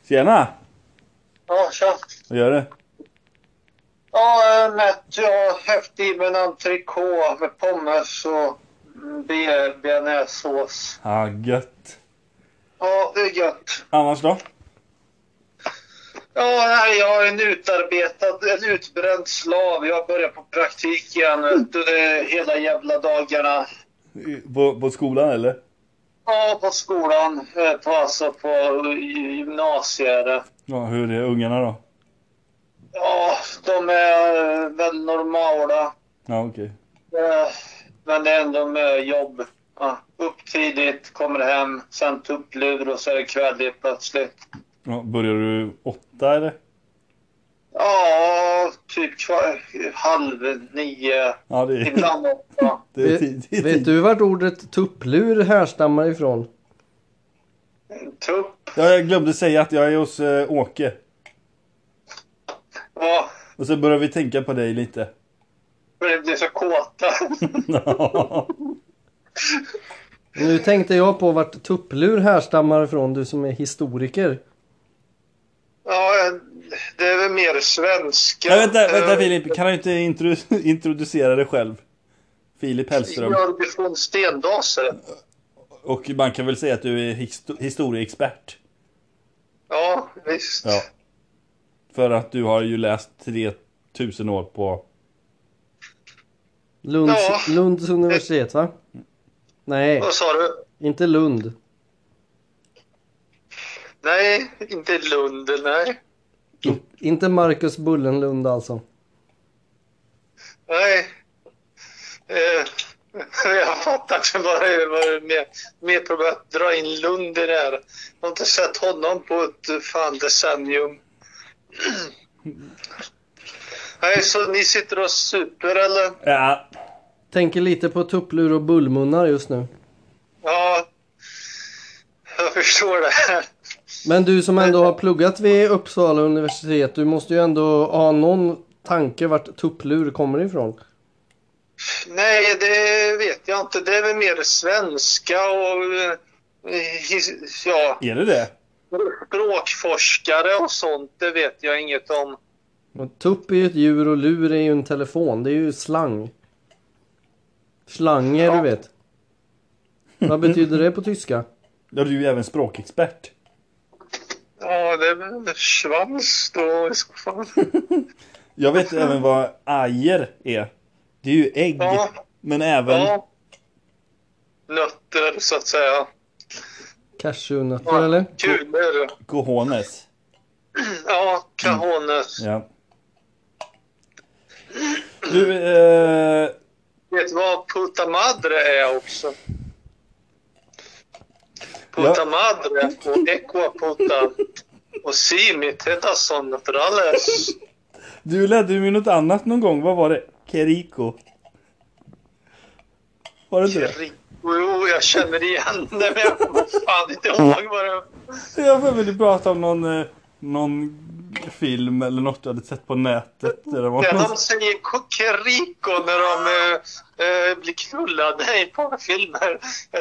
Tjena! Ja, tja. Vad gör du? Ja, mätt. Jag har haft i mig en entrecote med pommes och bearnaisesås. Ja, gött. Ja, det är gött. Annars då? Ja, nej, jag är en utbränd slav. Jag börjar på praktik igen, vet du. Det är hela jävla dagarna. På skolan eller? Ja, på skolan. På gymnasiet. Ja, hur är ungarna då? Ja, de är väl normala. Ja, okej. Men det är ändå med jobb. Ja, upp tidigt, kommer hem, sen tupplur och så är det kväll plötsligt. Ja, börjar du 8 eller? Ja, typ 8:30. Ja, det är... Ibland 8. det är tid. Vet du vart ordet tupplur härstammar ifrån? Tupp. Ja, jag glömde säga att jag är hos Åke. Ja, Och så börjar vi tänka på dig lite. det blir så kåta. Nu tänkte jag på vart tupplur härstammar ifrån, du som är historiker. Ja, det är väl mer svenska. Nej, vänta Filip, kan du inte introducera dig själv? Filip Hellström. Jörgen från Stendase. Och man kan väl säga att du är historieexpert. Ja, visst. Ja. För att du har ju läst 3000 år på... Lunds universitet, va? Nej, Vad sa du? inte Lund. Nej, inte Lund, nej. Inte Marcus Bullenlund alltså. Nej. Jag fattar inte vad mer problem att dra in Lund i det här. Jag har inte sett honom på ett decennium. Nej, så ni sitter och super eller? Ja. Tänker lite på tupplur och bullmunnar just nu. Ja, jag förstår det. Men du som ändå har pluggat vid Uppsala universitet, du måste ju ändå ha någon tanke vart tupplur kommer ifrån. Nej, det vet jag inte. Det är väl mer svenska och ja, Är det? språkforskare och sånt. Det vet jag inget om. Och tupp är ju ett djur och lur är ju en telefon. Det är ju slang. Slanger, Ja. du vet. Vad betyder det på tyska? Ja, du är ju även språkexpert. Ja, det är väl svans då i så fall. Jag vet även vad ajer är. Det är ju ägg. Ja. Men även... Ja. Nötter, så att säga. Cashewnötter, eller? Kulor. Cojones. Ja, cajones. Ja. Du, Vet du vad puta madre är också? Puta madre och equaputa och simitetas naturales. du ledde ju med något annat någon gång. Vad var det? Keriko. Var det inte det? Jo, jag känner igen det, men jag kommer fan inte ihåg vad det Jag får väl prata om någon film eller något du hade sett på nätet. Där det var är. De säger Keriko när de blir knullade i porrfilmer.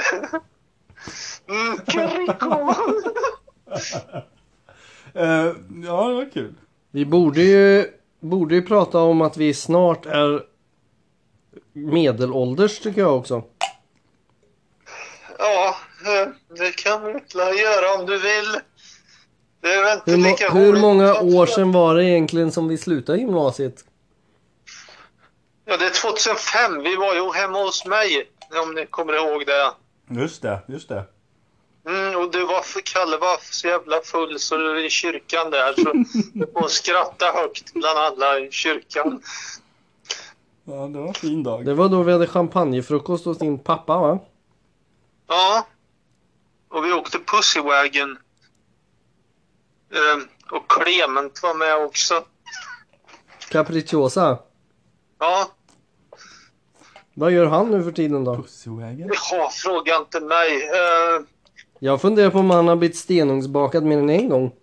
Keriko. Ja, det var kul. Vi borde ju prata om att vi snart är medelålders, tycker jag också. Ja, det kan vi göra om du vill. Det är väl inte lika Hur roligt. många år sedan var det egentligen som vi slutade gymnasiet? Ja, det är 2005. Vi var ju hemma hos mig, om ni kommer ihåg det. Just det. Och du Kalle var så jävla full så du är i kyrkan där. Så du får skratta högt bland alla i kyrkan. Ja, det var en fin dag. Det var då vi hade champagnefrukost hos din pappa, va? Ja. Och vi åkte Pussywagon. Och Clement var med också. Capricciosa. Ja. Vad gör han nu för tiden då? Pussywagon. Ja, fråga inte mig. Jag funderar på om han har blivit stenugnsbakad mer än en gång.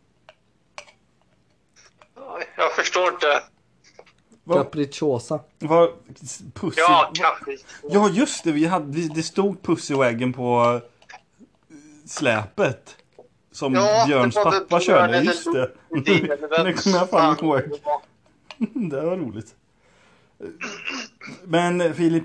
Jag förstår inte. Capricciosa. Pussy... Ja, kanske. Ja, just det. Det stod Pussywagon på släpet. som Ja, Björns det var väl pappa Björn körde. eller Just det. Lodin, eller vem Det kommer jag fan fan ihåg. det var. Det var roligt. Men Filip,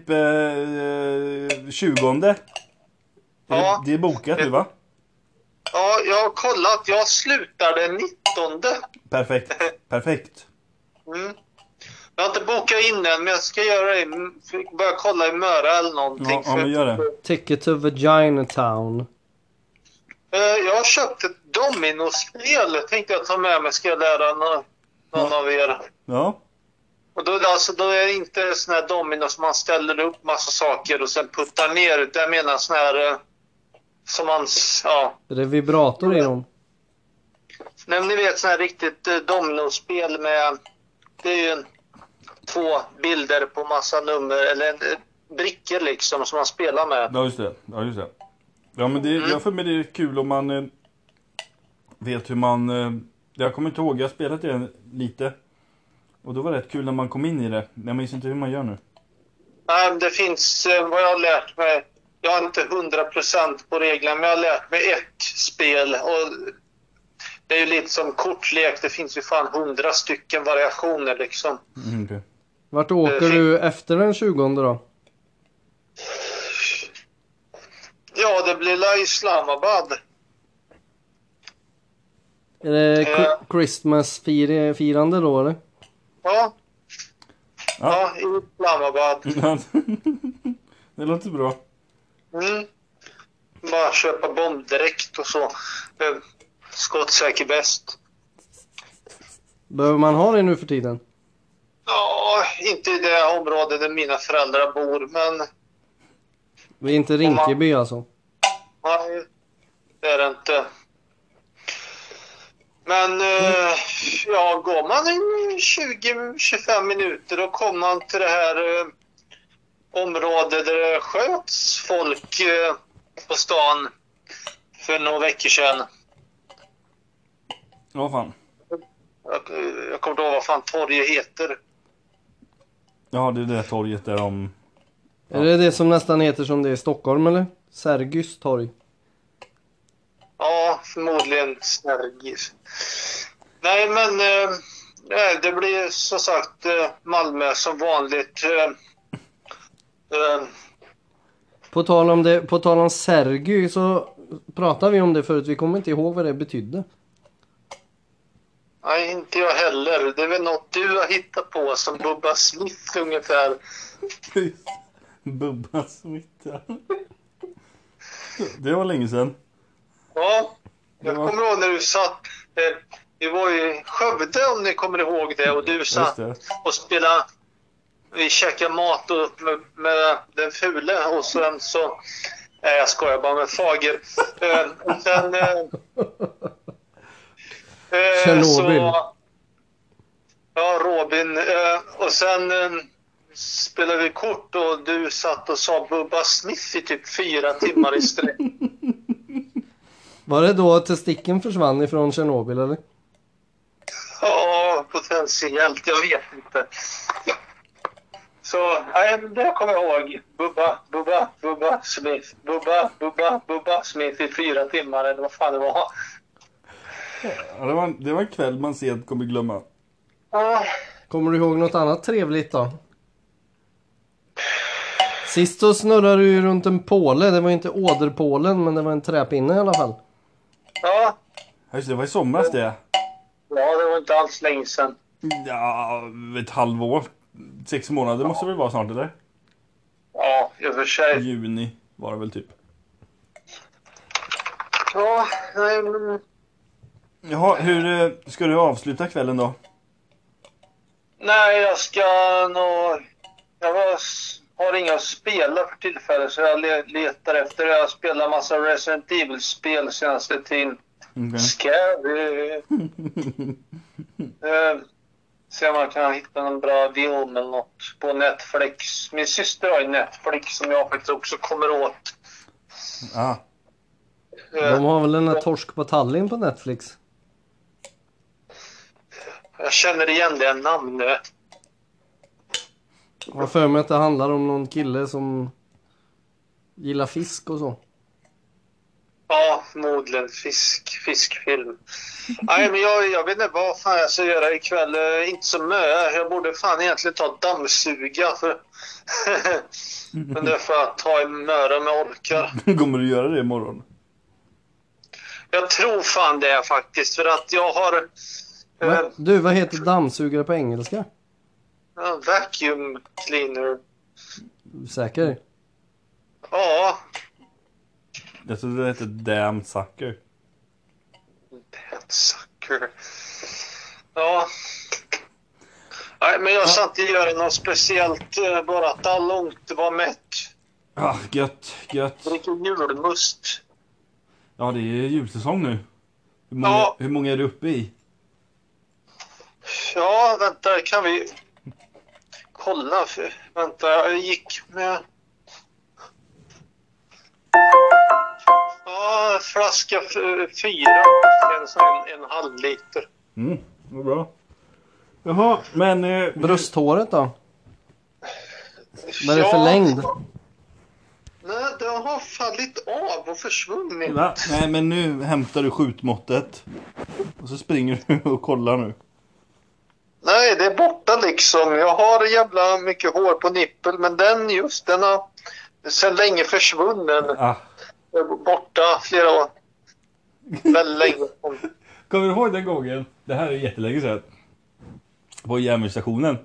20. Ja. Det är bokat nu, va? Ja, jag har kollat. Jag slutar den 19. Perfekt. Mm. Jag har inte bokat in än, men jag ska göra det. Börja kolla i Möra eller någonting. Ja, men gör det. Ticket to Vagina Town. Jag har köpt ett dominospel. Tänkte jag ta med mig. Ska jag lära någon av er. Ja. Och då är det inte sån här domino som man ställer upp massa saker och sen puttar ner. Utan jag menar sån här som man, ja. Är det vibrator i dem? Nej, men ni vet sån här riktigt dominospel med, det är ju 2 bilder på massa nummer eller brickor liksom som man spelar med. Ja, just det. Ja, men jag för mig det är kul om man vet hur man... jag kommer inte ihåg, jag har spelat det lite. Och då var det rätt kul när man kom in i det. Men jag minns inte hur man gör nu. Nej, men det finns vad jag har lärt mig. Jag har inte 100% på reglerna, men jag har lärt mig ett spel. Och det är ju lite som kortlek. Det finns ju fan 100 stycken variationer liksom. Okay. Vart åker du efter den 20 då? Ja, det blir la Islamabad. Är det Christmas-firande då eller? Ja, i Islamabad. Det låter bra. Bara köpa bombdräkt och så. Skottsäker bäst. Behöver man ha det nu för tiden? Ja, inte i det området där mina föräldrar bor, men... Vi är inte Rinkeby alltså? Nej, det är det inte. Men ja, går man in 20-25 minuter då kommer man till det här området där det sköts folk på stan för några veckor sedan. Ja, fan. Jag kommer inte ihåg vad fan torget heter. Ja, det är det torget där de... Är det det som nästan heter som det är i Stockholm eller? Sergys torg? Ja, förmodligen Sergis. Nej, men det blir som sagt Malmö som vanligt. På tal om Sergy så pratade vi om det förut. Vi kommer inte ihåg vad det betydde. Nej, inte jag heller. Det är väl något du har hittat på som Bubba Smith ungefär. Bubba Smith, ja. Det var länge sedan. Ja, jag kommer ihåg när du satt... vi var i Skövde om ni kommer ihåg det. Och du satt och spelade... Vi käkade mat och med den fule och sen så... Nej, jag skojar bara med Fager. Och sen... Tjernobyl. Ja, Robin. Och sen spelade vi kort och du satt och sa Bubba Smith i typ 4 timmar i sträck. Var det då testikeln försvann ifrån Tjernobyl eller? Ja, potentiellt. Jag vet inte. Så, nej, det kommer jag ihåg. Bubba Smith. Bubba Smith i 4 timmar eller vad fan det var. Ja, det var en kväll man sent kommer glömma. Kommer du ihåg något annat trevligt då? Sist så snurrade du ju runt en påle. Det var inte åderpålen, men det var en träpinne i alla fall. Ja. Just det var i somras det. Ja, det var inte alls länge sedan. Ja, ett halvår. 6 månader måste det väl vara snart, eller? Ja, i och för sig. Juni var det väl typ. Ja, nej men... Jaha, hur ska du avsluta kvällen då? Nej, jag ska nog... har inga att spela för tillfället så jag letar efter det. Jag spelar massa Resident Evil-spel senaste tiden. Okay. Scary. Se om man kan hitta någon bra film eller något på Netflix. Min syster har ju Netflix som jag faktiskt också kommer åt. De har väl en torsk på Tallinn på Netflix? Jag känner igen det namnet. Jag har för mig att det handlar om någon kille som gillar fisk och så. Ja, förmodligen fiskfilm. Nej, men jag vet inte vad fan jag ska göra ikväll. Inte så mycket. Jag borde fan egentligen ta dammsuga för... Men det får jag ta i möra med orkar. Kommer du göra det imorgon? Jag tror fan det faktiskt. För att jag har... Du, vad heter dammsugare på engelska? Vacuum cleaner. Säker? Ja. Jag tror det heter damn sucker. Damn sucker. Ja. Nej, men jag ska inte göra något speciellt. Bara att ta långt var mätt. Ah, gött. Dricker julmust. Ja, det är julsäsong nu. Hur många är du uppe i? Ja, vänta, kan vi kolla? Vänta, jag gick med... Ja, flaska 4. En halv liter. Vad bra. Jaha, men... Brösthåret då? Vad är det för längd? Nej, det har fallit av och försvunnit. Va? Nej, men nu hämtar du skjutmåttet. Och så springer du och kollar nu. Nej, det är borta liksom. Jag har jävla mycket hår på nippel, men den har sedan länge försvunnen. Borta flera år. Väldigt länge. Kommer du ihåg den gången? Det här är jättelänge sedan. På järnvägsstationen.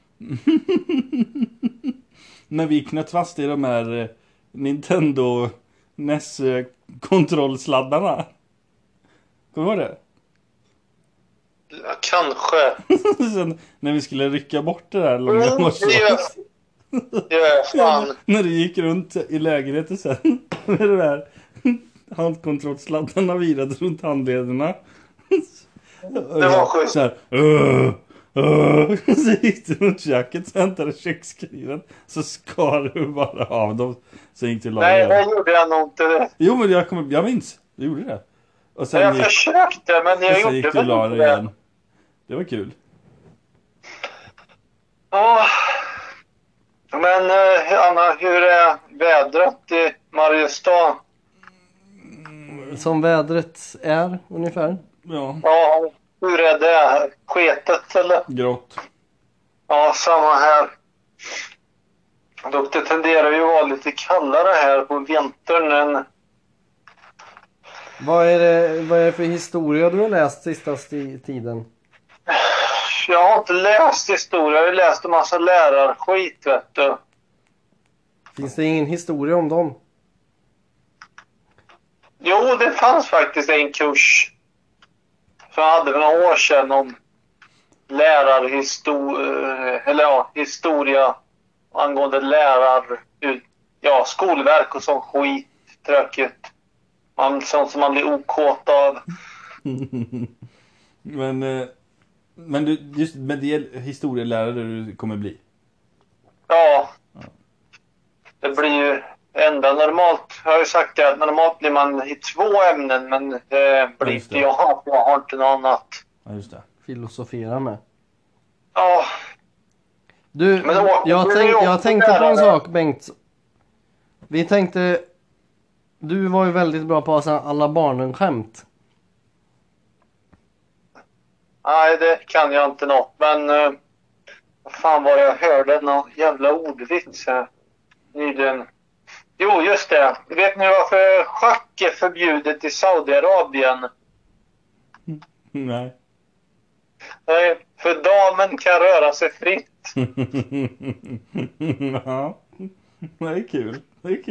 När vi knöt fast i de här Nintendo NES-kontrollsladdarna. Kommer du ihåg det? Ja, kanske. Sen när vi skulle rycka bort det där långa morslet. Fan. När du gick runt i lägenheten sen. Med det där handkontrollsladdarna virade runt handlederna. Det var sjukt. Så här, så gick du runt köket, så hämtade kökskniven, så skar du bara av dem. Så gick du och Nej, det gjorde jag nog inte det. Jo, men jag minns. Du gjorde det. Och sen jag försökte, men jag gjorde gick du väl inte igen. Det var kul. Ja. Men Anna, hur är vädret i Mariestad? Som vädret är ungefär. Ja. Ja, hur är det? Sketet eller? Grått. Ja, samma här. Dock det tenderar ju att vara lite kallare här på vintern än... Vad är det för historia du har läst sista tiden? Jag har inte läst historia, jag har läst en massa lärarskit, vet du. Finns det ingen historia om dem? Jo, det fanns faktiskt en kurs som jag hade för några år sedan om historia angående skolverk och sån skit, tråkigt. Sånt som man blir okåt av. Men du, just med det historielärare du kommer bli. Ja. Det blir ju enda normalt. Jag har ju sagt det, normalt blir man i 2 ämnen, men det blir inte jag har inte något annat. Ja, just det. Filosofera med. Ja. Du, jag tänkte på en sak, Bengt. Du var ju väldigt bra på alla barnen-skämt. Nej, det kan jag inte något. Men vad fan var jag hörde? Någon jävla ordvits här nyligen. Jo, just det. Vet ni varför schack är förbjudet i Saudiarabien? Nej. Nej, för damen kan röra sig fritt. Ja, det är kul.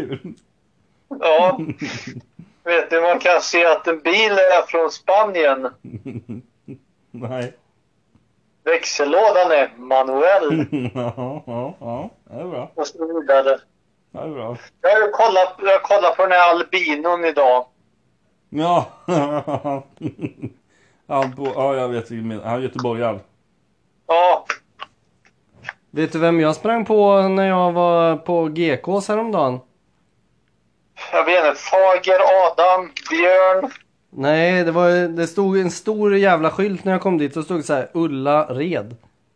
Ja. Vet du, man kan se att en bil är från Spanien. Nej. Växellådan är manuell. Ja, det är bra. Och så vidare. Det är bra. Jag har kollat på den här albinon idag. Ja. Jag vet inte. Han är göteborgare. Ja. Vet du vem jag sprang på när jag var på GKs häromdagen? Jag vet inte. Fager, Adam, Björn. Nej, det stod en stor jävla skylt när jag kom dit. Och stod så här, Ulla Red.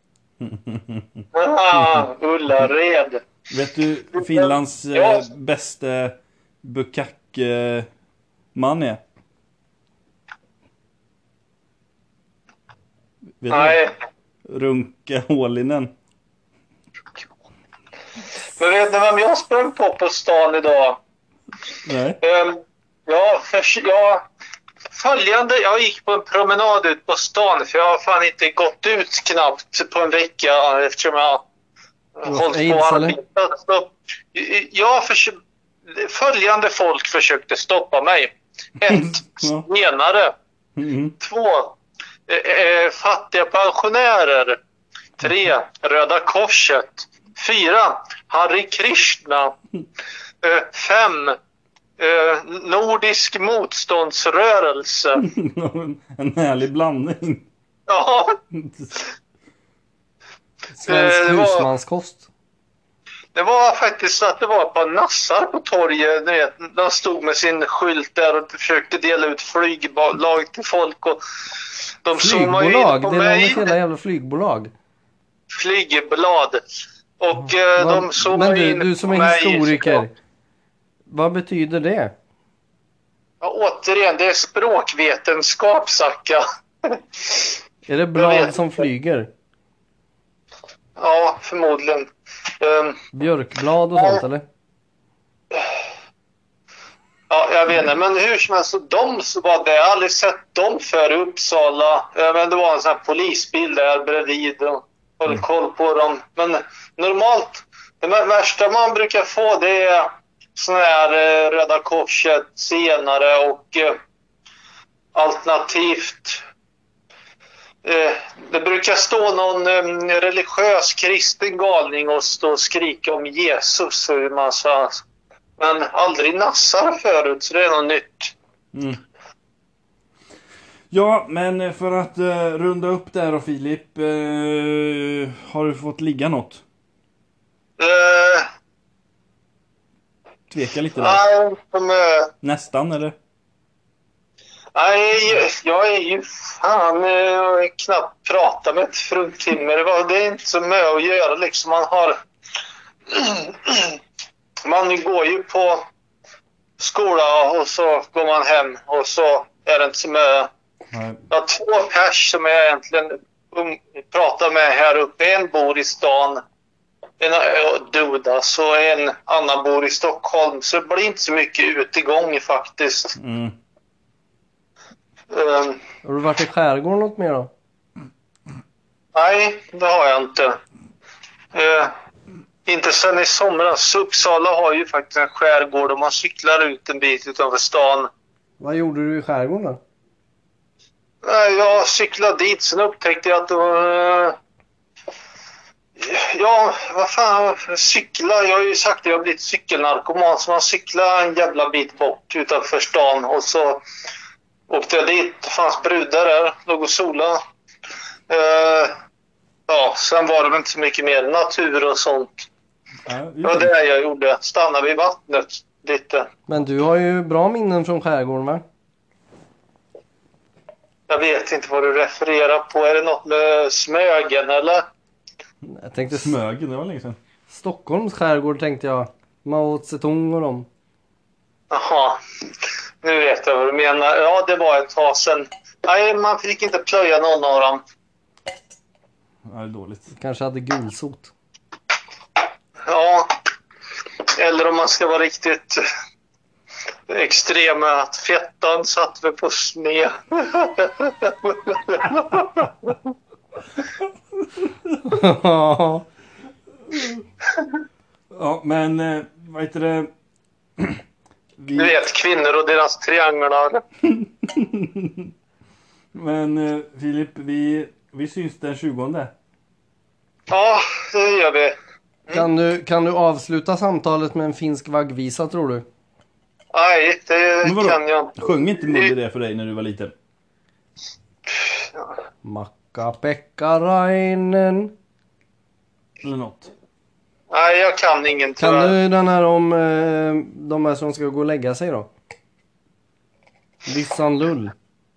Ulla Red. Vet du Finlands bästa bukak man är? Vet Nej. du? Runke Hålinen. Men vet ni vem jag sprang på stan idag? Nej. Jag gick på en promenad ut på stan för jag har fan inte gått ut knappt på en vecka eftersom jag hållit på och arbetat. Så följande folk försökte stoppa mig. 1. Senare. 2. Fattiga pensionärer. 3. Röda Korset. 4. Harry Krishna. 5. Nordisk motståndsrörelse. En härlig blandning. Ja. Svensk husmanskost. Det var faktiskt så att det var ett par nassar på torget. De stod med sin skylt där och försökte dela ut flygbolag till folk. Och de flygbolag? Det är något hela jävla flygbolag. Flygblad. Och de såg men in du som är historiker. Vad betyder det? Ja, återigen, det är språkvetenskap, Sacka. Är det blad som flyger? Ja, förmodligen. Björkblad och sånt, eller? Ja, jag vet inte. Men hur som helst, de var det. Jag har aldrig sett dem för i Uppsala. Men det var en sån här polisbil där bredvid och höll koll på dem. Men normalt, det värsta man brukar få det är sån här Röda Korset senare och alternativt det brukar stå någon religiös kristen galning och stå och skrika om Jesus hur man sa. Men aldrig nassar förut, så det är något nytt. Ja, men för att runda upp där då, Filip, har du fått ligga något? Tveka lite där. Nästan, eller? Nej, jag är ju fan knappt pratat med ett fruntimmer. Det är inte så mycket att göra liksom. Man går ju på skola och så går man hem och så är det inte så mycket. Jag har 2 pers som jag egentligen pratar med här uppe. En bor i stan, en Dudas och en annan bor i Stockholm. Så det blir inte så mycket utegång faktiskt. Har du varit i skärgården något mer då? Nej, det har jag inte. Inte sen i somras. Uppsala har ju faktiskt en skärgård och man cyklar ut en bit utanför stan. Vad gjorde du i skärgården då? Jag cyklade dit, sen upptäckte jag att det var... Ja, vad fan, cykla. Jag har ju sagt att jag har blivit cykelnarkoman, så man cyklar en jävla bit bort utanför stan och så åkte jag dit. Det fanns brudar där, låg och sola. Ja, sen var det inte så mycket mer natur och sånt. Det var det jag gjorde. Stanna vid vattnet lite. Men du har ju bra minnen från skärgården, va? Jag vet inte vad du refererar på. Är det något med Smögen eller? Jag tänkte Smögen, det var länge sedan. Stockholms skärgård tänkte jag. Mao Zedong och dem. Jaha, nu vet jag vad du menar. Ja, det var ett tag sedan. Nej, man fick inte plöja någon av dem. Nej, dåligt. Kanske hade gulsot. Ja, eller om man ska vara riktigt extrem med att fettan satt vi på sned. Ja, men vad heter det? Du vet, kvinnor och deras trianglar. Men Filip, vi syns den 20. Ja, det gör vi. Kan du avsluta samtalet med en finsk vaggvisa, tror du? Nej, det kan jag inte. Sjöng inte Mulle det för dig när du var liten? Makka Pekkarainen. Eller något. Nej, jag kan ingen tyvärr. Kan du den här om de här som ska gå och lägga sig då? Lissan Lull.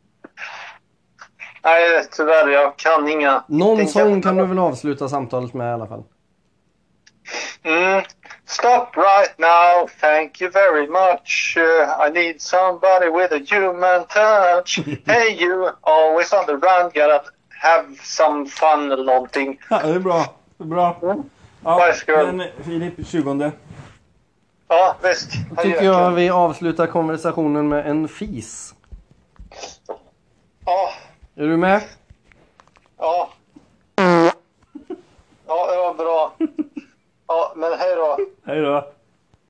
Nej, tyvärr, jag kan inga. Någon sång kan du väl avsluta samtalet med i alla fall? Stop right now, thank you very much. I need somebody with a human touch. Hey you, always on the run, gotta have some fun eller någonting. Ja, det är bra. Det är bra. Ja, men Filip, 20. Ja, visst. Tycker jag vi avslutar konversationen med en fis. Ja. Är du med? Ja.